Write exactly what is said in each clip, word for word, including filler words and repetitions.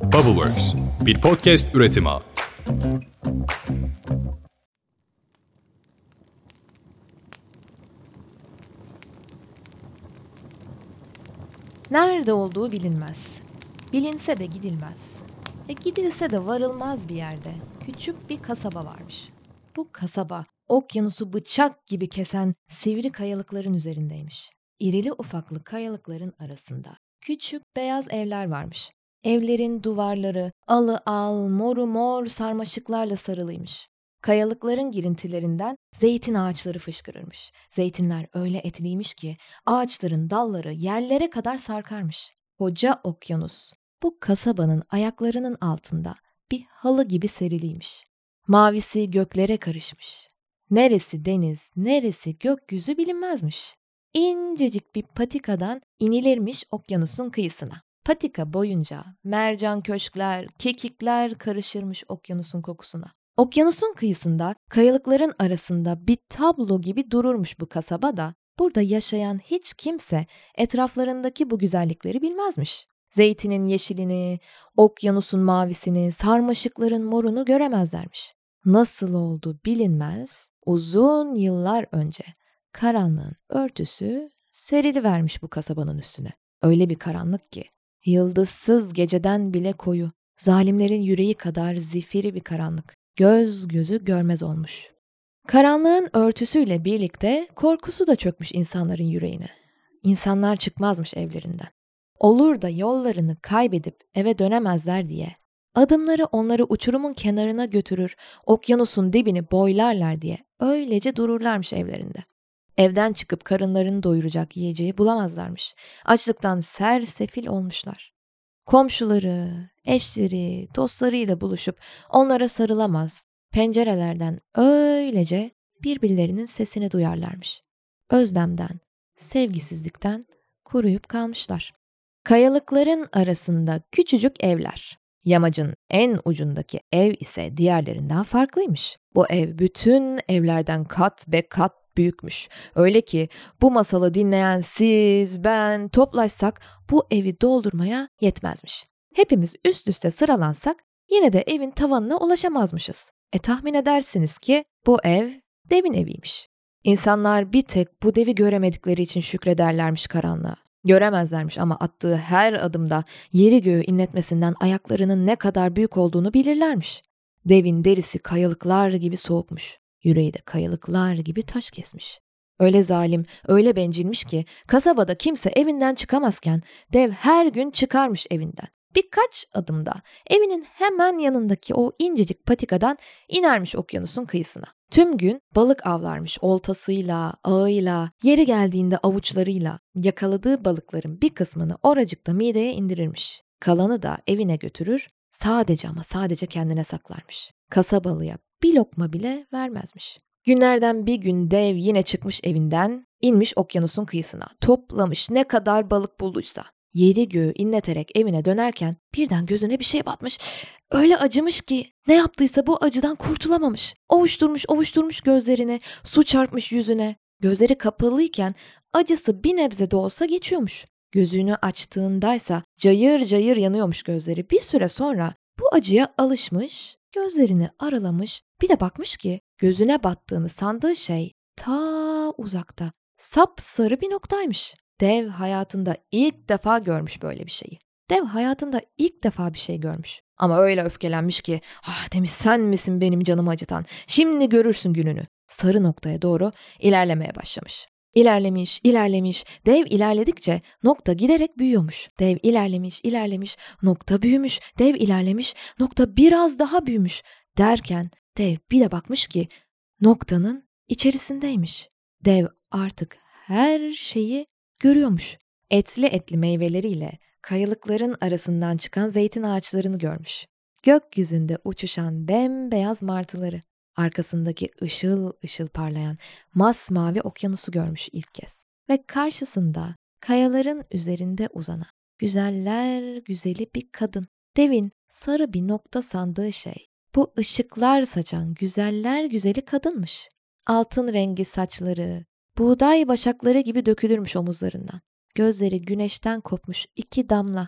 Bubbleworks, bir podcast üretimi. Nerede olduğu bilinmez. Bilinse de gidilmez. E gidilse de varılmaz bir yerde küçük bir kasaba varmış. Bu kasaba okyanusu bıçak gibi kesen sivri kayalıkların üzerindeymiş. İrili ufaklı kayalıkların arasında küçük beyaz evler varmış. Evlerin duvarları alı al, moru mor sarmaşıklarla sarılıymış. Kayalıkların girintilerinden zeytin ağaçları fışkırırmış. Zeytinler öyle etliymiş ki ağaçların dalları yerlere kadar sarkarmış. Koca okyanus bu kasabanın ayaklarının altında bir halı gibi seriliymiş. Mavisi göklere karışmış. Neresi deniz, neresi gökyüzü bilinmezmiş. İncecik bir patikadan inilirmiş okyanusun kıyısına. Patika boyunca mercan köşkler, kekikler karışırmış okyanusun kokusuna. Okyanusun kıyısında, kayalıkların arasında bir tablo gibi dururmuş bu kasaba da, burada yaşayan hiç kimse etraflarındaki bu güzellikleri bilmezmiş. Zeytinin yeşilini, okyanusun mavisini, sarmaşıkların morunu göremezlermiş. Nasıl oldu bilinmez, uzun yıllar önce karanlığın örtüsü serilivermiş bu kasabanın üstüne. Öyle bir karanlık ki, yıldızsız geceden bile koyu, zalimlerin yüreği kadar zifiri bir karanlık. Göz gözü görmez olmuş. Karanlığın örtüsüyle birlikte korkusu da çökmüş insanların yüreğine. İnsanlar çıkmazmış evlerinden. Olur da yollarını kaybedip eve dönemezler diye, adımları onları uçurumun kenarına götürür, okyanusun dibini boylarlar diye öylece dururlarmış evlerinde. Evden çıkıp karınlarını doyuracak yiyeceği bulamazlarmış. Açlıktan sersefil olmuşlar. Komşuları, eşleri, dostlarıyla buluşup onlara sarılamaz, pencerelerden öylece birbirlerinin sesini duyarlarmış. Özlemden, sevgisizlikten kuruyup kalmışlar. Kayalıkların arasında küçücük evler. Yamacın en ucundaki ev ise diğerlerinden farklıymış. Bu ev bütün evlerden kat be kat büyükmüş. Öyle ki bu masalı dinleyen siz, ben toplaşsak bu evi doldurmaya yetmezmiş. Hepimiz üst üste sıralansak yine de evin tavanına ulaşamazmışız. E tahmin edersiniz ki bu ev devin eviymiş. İnsanlar bir tek bu devi göremedikleri için şükrederlermiş karanlığa. Göremezlermiş ama attığı her adımda yeri göğü inletmesinden ayaklarının ne kadar büyük olduğunu bilirlermiş. Devin derisi kayalıklar gibi soğukmuş. Yüreği de kayalıklar gibi taş kesmiş. Öyle zalim, öyle bencilmiş ki kasabada kimse evinden çıkamazken dev her gün çıkarmış evinden. Birkaç adımda evinin hemen yanındaki o incecik patikadan inermiş okyanusun kıyısına. Tüm gün balık avlarmış oltasıyla, ağıyla, yeri geldiğinde avuçlarıyla. Yakaladığı balıkların bir kısmını oracıkta mideye indirirmiş. Kalanı da evine götürür, sadece ama sadece kendine saklarmış. Kasabalıya bir lokma bile vermezmiş. Günlerden bir gün dev yine çıkmış evinden, inmiş okyanusun kıyısına. Toplamış ne kadar balık bulduysa. Yeri göğü inleterek evine dönerken birden gözüne bir şey batmış. Öyle acımış ki ne yaptıysa bu acıdan kurtulamamış. Ovuşturmuş ovuşturmuş gözlerini, su çarpmış yüzüne. Gözleri kapalıyken acısı bir nebze de olsa geçiyormuş. Gözünü açtığındaysa cayır cayır yanıyormuş gözleri. Bir süre sonra bu acıya alışmış, gözlerini aralamış, bir de bakmış ki gözüne battığını sandığı şey ta uzakta, sapsarı bir noktaymış. Dev hayatında ilk defa görmüş böyle bir şeyi. Dev hayatında ilk defa bir şey görmüş. Ama öyle öfkelenmiş ki, ah demiş sen misin benim canımı acıtan, şimdi görürsün gününü. Sarı noktaya doğru ilerlemeye başlamış. İlerlemiş, ilerlemiş, dev ilerledikçe nokta giderek büyüyormuş. Dev ilerlemiş, ilerlemiş, nokta büyümüş, dev ilerlemiş, nokta biraz daha büyümüş. Derken dev bir de bakmış ki noktanın içerisindeymiş. Dev artık her şeyi görüyormuş. Etli etli meyveleriyle kayalıkların arasından çıkan zeytin ağaçlarını görmüş. Gökyüzünde uçuşan bembeyaz martıları, arkasındaki ışıl ışıl parlayan masmavi okyanusu görmüş ilk kez. Ve karşısında kayaların üzerinde uzanan güzeller güzeli bir kadın. Devin sarı bir nokta sandığı şey bu ışıklar saçan güzeller güzeli kadınmış. Altın rengi saçları, buğday başakları gibi dökülürmüş omuzlarından. Gözleri güneşten kopmuş iki damla.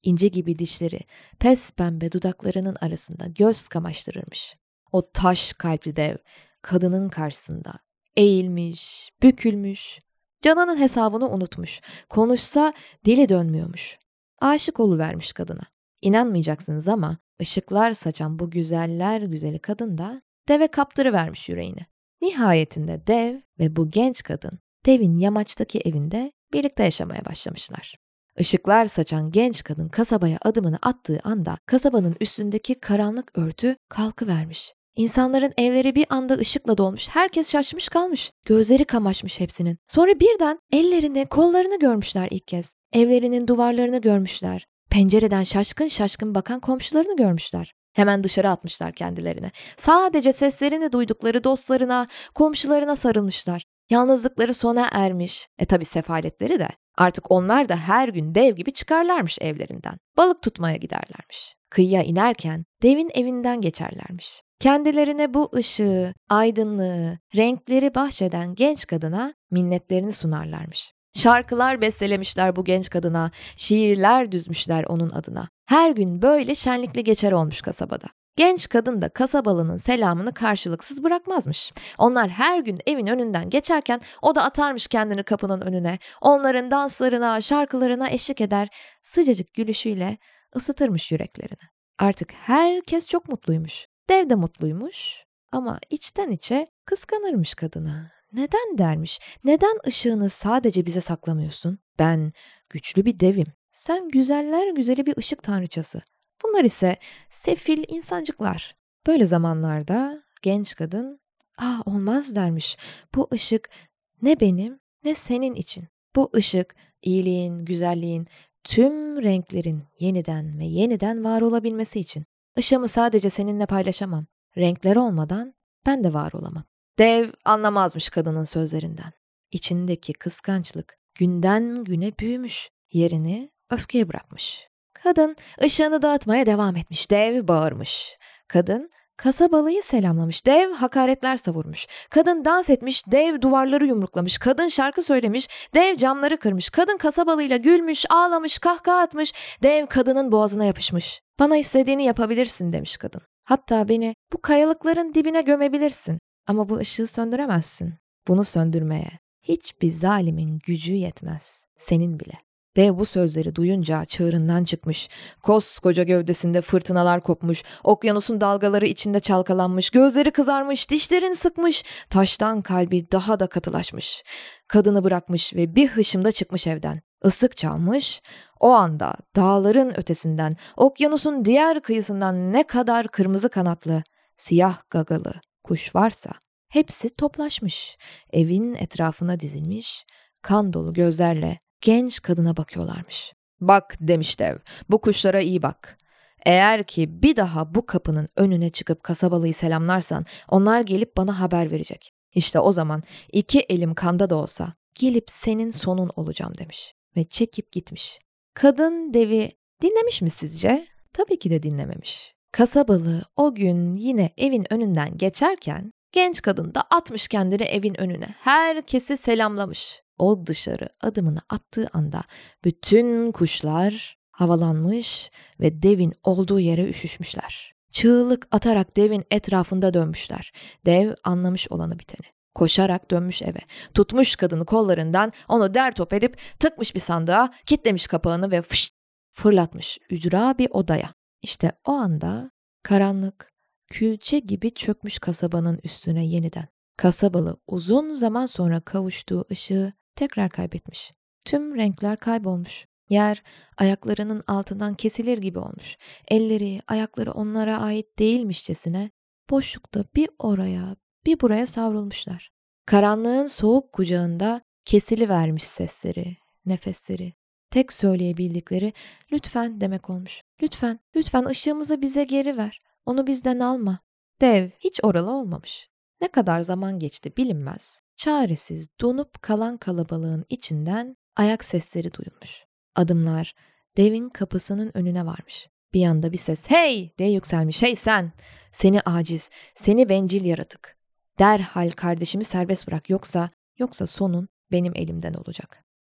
İnce gibi dişleri, pes pembe dudaklarının arasında göz kamaştırırmış. O taş kalpli dev kadının karşısında eğilmiş, bükülmüş, canının hesabını unutmuş, konuşsa dili dönmüyormuş. Aşık oluvermiş kadına. İnanmayacaksınız ama ışıklar saçan bu güzeller güzeli kadın da deve kaptırıvermiş yüreğini. Nihayetinde dev ve bu genç kadın devin yamaçtaki evinde birlikte yaşamaya başlamışlar. Işıklar saçan genç kadın kasabaya adımını attığı anda kasabanın üstündeki karanlık örtü kalkıvermiş. İnsanların evleri bir anda ışıkla dolmuş. Herkes şaşmış kalmış. Gözleri kamaşmış hepsinin. Sonra birden ellerini, kollarını görmüşler ilk kez. Evlerinin duvarlarını görmüşler. Pencereden şaşkın şaşkın bakan komşularını görmüşler. Hemen dışarı atmışlar kendilerini. Sadece seslerini duydukları dostlarına, komşularına sarılmışlar. Yalnızlıkları sona ermiş. E tabi sefaletleri de. Artık onlar da her gün dev gibi çıkarlarmış evlerinden. Balık tutmaya giderlermiş. Kıyıya inerken devin evinden geçerlermiş. Kendilerine bu ışığı, aydınlığı, renkleri bahşeden genç kadına minnetlerini sunarlarmış. Şarkılar bestelemişler bu genç kadına, şiirler düzmüşler onun adına. Her gün böyle şenlikli geçer olmuş kasabada. Genç kadın da kasabalının selamını karşılıksız bırakmazmış. Onlar her gün evin önünden geçerken o da atarmış kendini kapının önüne. Onların danslarına, şarkılarına eşlik eder, sıcacık gülüşüyle ısıtırmış yüreklerini. Artık herkes çok mutluymuş. Dev de mutluymuş ama içten içe kıskanırmış kadına. Neden dermiş, neden ışığını sadece bize saklamıyorsun? Ben güçlü bir devim. Sen güzeller güzeli bir ışık tanrıçası. Bunlar ise sefil insancıklar. Böyle zamanlarda genç kadın, "Ah olmaz," dermiş. "Bu ışık ne benim ne senin için. Bu ışık iyiliğin, güzelliğin, tüm renklerin yeniden ve yeniden var olabilmesi için. Işığımı sadece seninle paylaşamam. Renkler olmadan ben de var olamam." Dev anlamazmış kadının sözlerinden. İçindeki kıskançlık günden güne büyümüş. Yerini öfkeye bırakmış. Kadın ışığını dağıtmaya devam etmiş. Dev bağırmış. Kadın kasabalıyı selamlamış. Dev hakaretler savurmuş. Kadın dans etmiş. Dev duvarları yumruklamış. Kadın şarkı söylemiş. Dev camları kırmış. Kadın kasabalıyla gülmüş, ağlamış, kahkaha atmış. Dev kadının boğazına yapışmış. "Bana istediğini yapabilirsin," demiş kadın. "Hatta beni bu kayalıkların dibine gömebilirsin. Ama bu ışığı söndüremezsin. Bunu söndürmeye hiçbir zalimin gücü yetmez. Senin bile." Dev bu sözleri duyunca çığırından çıkmış. Koskoca gövdesinde fırtınalar kopmuş. Okyanusun dalgaları içinde çalkalanmış. Gözleri kızarmış, dişlerini sıkmış. Taştan kalbi daha da katılaşmış. Kadını bırakmış ve bir hışımda çıkmış evden. Islık çalmış. O anda dağların ötesinden, okyanusun diğer kıyısından ne kadar kırmızı kanatlı, siyah gagalı kuş varsa hepsi toplaşmış. Evin etrafına dizilmiş, kan dolu gözlerle genç kadına bakıyorlarmış. "Bak," demiş dev, "bu kuşlara iyi bak. Eğer ki bir daha bu kapının önüne çıkıp kasabalıyı selamlarsan onlar gelip bana haber verecek. İşte o zaman iki elim kanda da olsa gelip senin sonun olacağım," demiş ve çekip gitmiş. Kadın devi dinlemiş mi sizce? Tabii ki de dinlememiş. Kasabalı o gün yine evin önünden geçerken genç kadın da atmış kendini evin önüne. Herkesi selamlamış. O dışarı adımını attığı anda bütün kuşlar havalanmış ve devin olduğu yere üşüşmüşler. Çığlık atarak devin etrafında dönmüşler. Dev anlamış olanı biteni. Koşarak dönmüş eve. Tutmuş kadını kollarından, onu dertop edip tıkmış bir sandığa, kitlemiş kapağını ve fışt fırlatmış ücra bir odaya. İşte o anda karanlık, külçe gibi çökmüş kasabanın üstüne yeniden. Kasabalı uzun zaman sonra kavuştuğu ışığı tekrar kaybetmiş. Tüm renkler kaybolmuş. Yer ayaklarının altından kesilir gibi olmuş. Elleri, ayakları onlara ait değilmişçesine boşlukta bir oraya, bir buraya savrulmuşlar. Karanlığın soğuk kucağında kesilivermiş sesleri, nefesleri. Tek söyleyebildikleri "lütfen" demek olmuş. "Lütfen, lütfen ışığımızı bize geri ver. Onu bizden alma." Dev hiç oralı olmamış. Ne kadar zaman geçti bilinmez. Çaresiz donup kalan kalabalığın içinden ayak sesleri duyulmuş. Adımlar devin kapısının önüne varmış. Bir yanda bir ses "hey" diye yükselmiş. "Hey sen! Seni aciz, seni bencil yaratık. Derhal kardeşimi serbest bırak yoksa, yoksa sonun benim elimden olacak."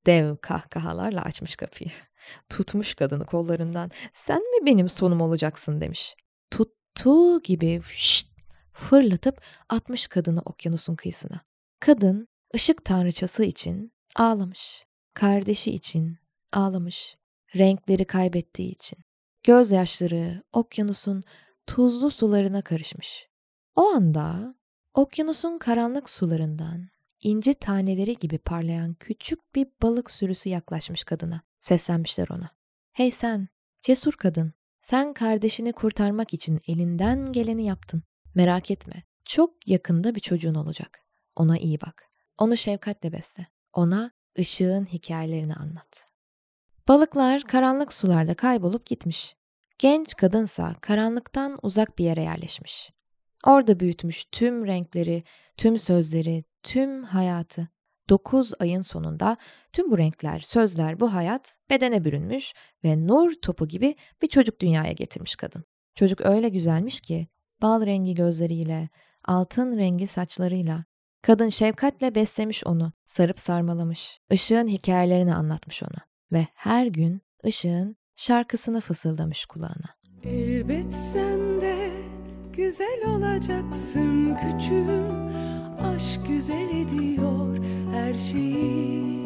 Dev kahkahalarla açmış kapıyı. Tutmuş kadını kollarından. Sen mi benim sonum olacaksın demiş. Tuttuğu gibi şşt, fırlatıp atmış kadını okyanusun kıyısına. Kadın ışık tanrıçası için ağlamış. Kardeşi için ağlamış. Renkleri kaybettiği için. Gözyaşları okyanusun tuzlu sularına karışmış. O anda okyanusun karanlık sularından inci taneleri gibi parlayan küçük bir balık sürüsü yaklaşmış kadına. Seslenmişler ona. Hey sen, cesur kadın. Sen kardeşini kurtarmak için elinden geleni yaptın. Merak etme. Çok yakında bir çocuğun olacak. Ona iyi bak. Onu şefkatle besle. Ona ışığın hikayelerini anlat. Balıklar karanlık sularda kaybolup gitmiş. Genç kadınsa karanlıktan uzak bir yere yerleşmiş. Orada büyütmüş tüm renkleri, tüm sözleri, tüm hayatı. Dokuz ayın sonunda tüm bu renkler, sözler, bu hayat bedene bürünmüş ve nur topu gibi bir çocuk dünyaya getirmiş kadın. Çocuk öyle güzelmiş ki bal rengi gözleriyle, altın rengi saçlarıyla. Kadın şefkatle beslemiş onu, sarıp sarmalamış. Işığın hikayelerini anlatmış ona ve her gün ışığın şarkısını fısıldamış kulağına. Elbet sen de güzel olacaksın küçüğüm, aşk güzel ediyor her şeyi.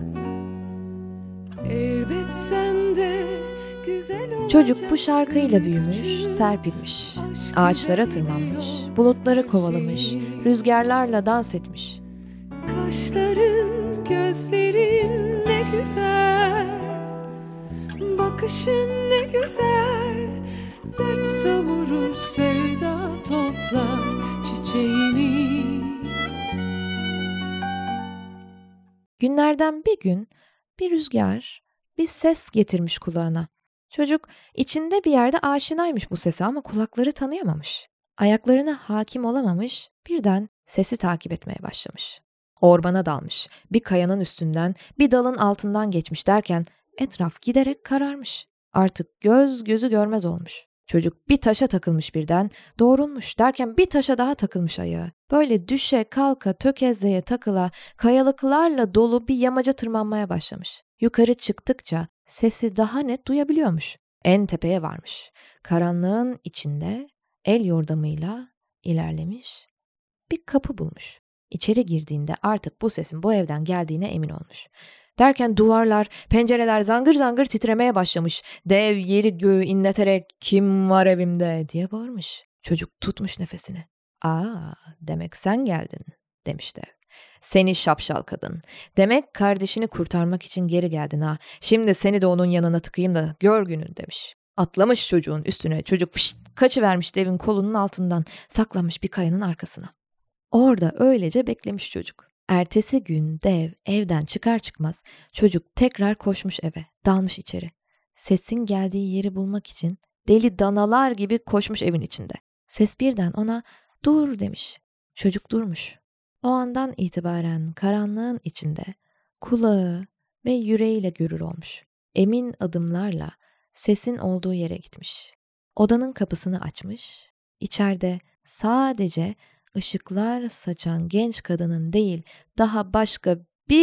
Elbet sen de güzel olacaksın. Çocuk bu şarkıyla büyümüş, serpilmiş, ağaçlara tırmanmış, bulutları kovalamış, rüzgarlarla dans etmiş. Kaşların, gözlerin ne güzel, bakışın ne güzel, dert savurur, sevda toplar çiçeğini. Günlerden bir gün bir rüzgar bir ses getirmiş kulağına. Çocuk içinde bir yerde aşinaymış bu sese ama kulakları tanıyamamış. Ayaklarına hakim olamamış, birden sesi takip etmeye başlamış. Ormana dalmış, bir kayanın üstünden, bir dalın altından geçmiş derken etraf giderek kararmış. Artık göz gözü görmez olmuş. Çocuk bir taşa takılmış birden, doğrulmuş derken bir taşa daha takılmış ayağı. Böyle düşe, kalka, tökezleye takıla, kayalıklarla dolu bir yamaca tırmanmaya başlamış. Yukarı çıktıkça sesi daha net duyabiliyormuş. En tepeye varmış. Karanlığın içinde el yordamıyla ilerlemiş. Bir kapı bulmuş. İçeri girdiğinde artık bu sesin bu evden geldiğine emin olmuş. Derken duvarlar, pencereler zangır zangır titremeye başlamış. Dev yeri göğü inleterek "Kim var evimde?" diye bağırmış. Çocuk tutmuş nefesini. "Aa, demek sen geldin," demiş dev. "Seni şapşal kadın. Demek kardeşini kurtarmak için geri geldin ha. Şimdi seni de onun yanına tıkayım da gör günün," demiş. Atlamış çocuğun üstüne. Çocuk fışt, kaçıvermiş devin kolunun altından, saklanmış bir kayanın arkasına. Orada öylece beklemiş çocuk. Ertesi gün dev evden çıkar çıkmaz çocuk tekrar koşmuş eve, dalmış içeri. Sesin geldiği yeri bulmak için deli danalar gibi koşmuş evin içinde. Ses birden ona "Dur," demiş. Çocuk durmuş. O andan itibaren karanlığın içinde kulağı ve yüreğiyle görür olmuş. Emin adımlarla sesin olduğu yere gitmiş. Odanın kapısını açmış. İçeride sadece ışıklar saçan genç kadının değil, daha başka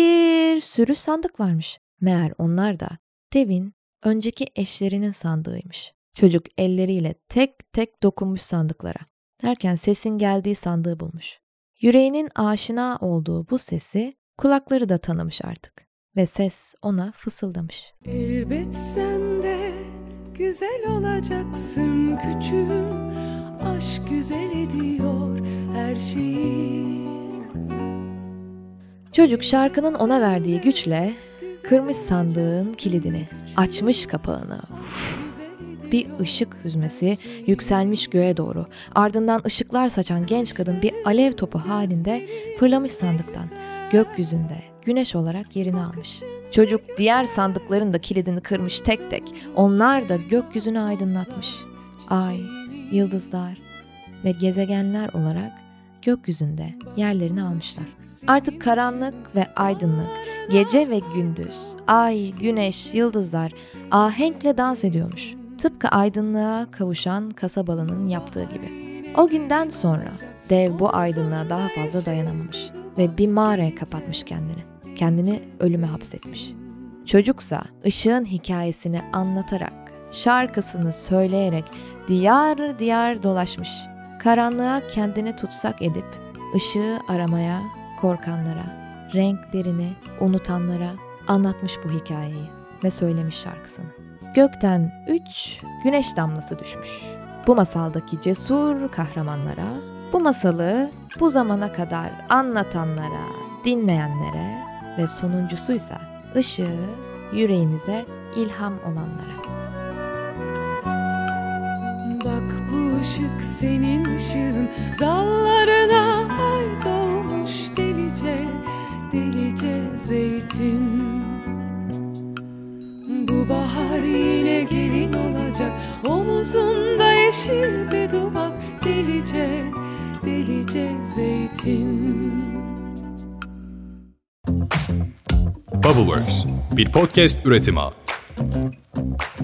bir sürü sandık varmış. Meğer onlar da devin önceki eşlerinin sandığıymış. Çocuk elleriyle tek tek dokunmuş sandıklara. Derken sesin geldiği sandığı bulmuş. Yüreğinin aşina olduğu bu sesi kulakları da tanımış artık. Ve ses ona fısıldamış. Elbet sen de güzel olacaksın küçüğüm, aşk güzel ediyor her şeyi. Çocuk şarkının ona verdiği güçle kırmış sandığın kilidini, açmış kapağını. Uf, bir ışık hüzmesi yükselmiş göğe doğru. Ardından ışıklar saçan genç kadın bir alev topu halinde fırlamış sandıktan. Gökyüzünde güneş olarak yerini almış. Çocuk diğer sandıkların da kilidini kırmış tek tek. Onlar da gökyüzünü aydınlatmış. Ay, yıldızlar ve gezegenler olarak gökyüzünde yerlerini almışlar. Artık karanlık ve aydınlık, gece ve gündüz, ay, güneş, yıldızlar ahenkle dans ediyormuş. Tıpkı aydınlığa kavuşan kasabalının yaptığı gibi. O günden sonra dev bu aydınlığa daha fazla dayanamamış ve bir mağaraya kapatmış kendini. kendini ölüme hapsetmiş. Çocuksa ışığın hikayesini anlatarak, şarkısını söyleyerek diyar diyar dolaşmış. Karanlığa kendini tutsak edip ışığı aramaya korkanlara, renklerini unutanlara anlatmış bu hikayeyi ve söylemiş şarkısını. Gökten üç güneş damlası düşmüş. Bu masaldaki cesur kahramanlara, bu masalı bu zamana kadar anlatanlara, dinleyenlere ve sonuncusuysa ışığı yüreğimize ilham olanlara. Bak bu ışık senin ışığın, dallarına ay doğmuş delice, delice zeytin. Bu bahar yine gelin olacak, omuzunda yeşil bir duvak, delice, delice zeytin. Bubbleworks bir podcast üretimi.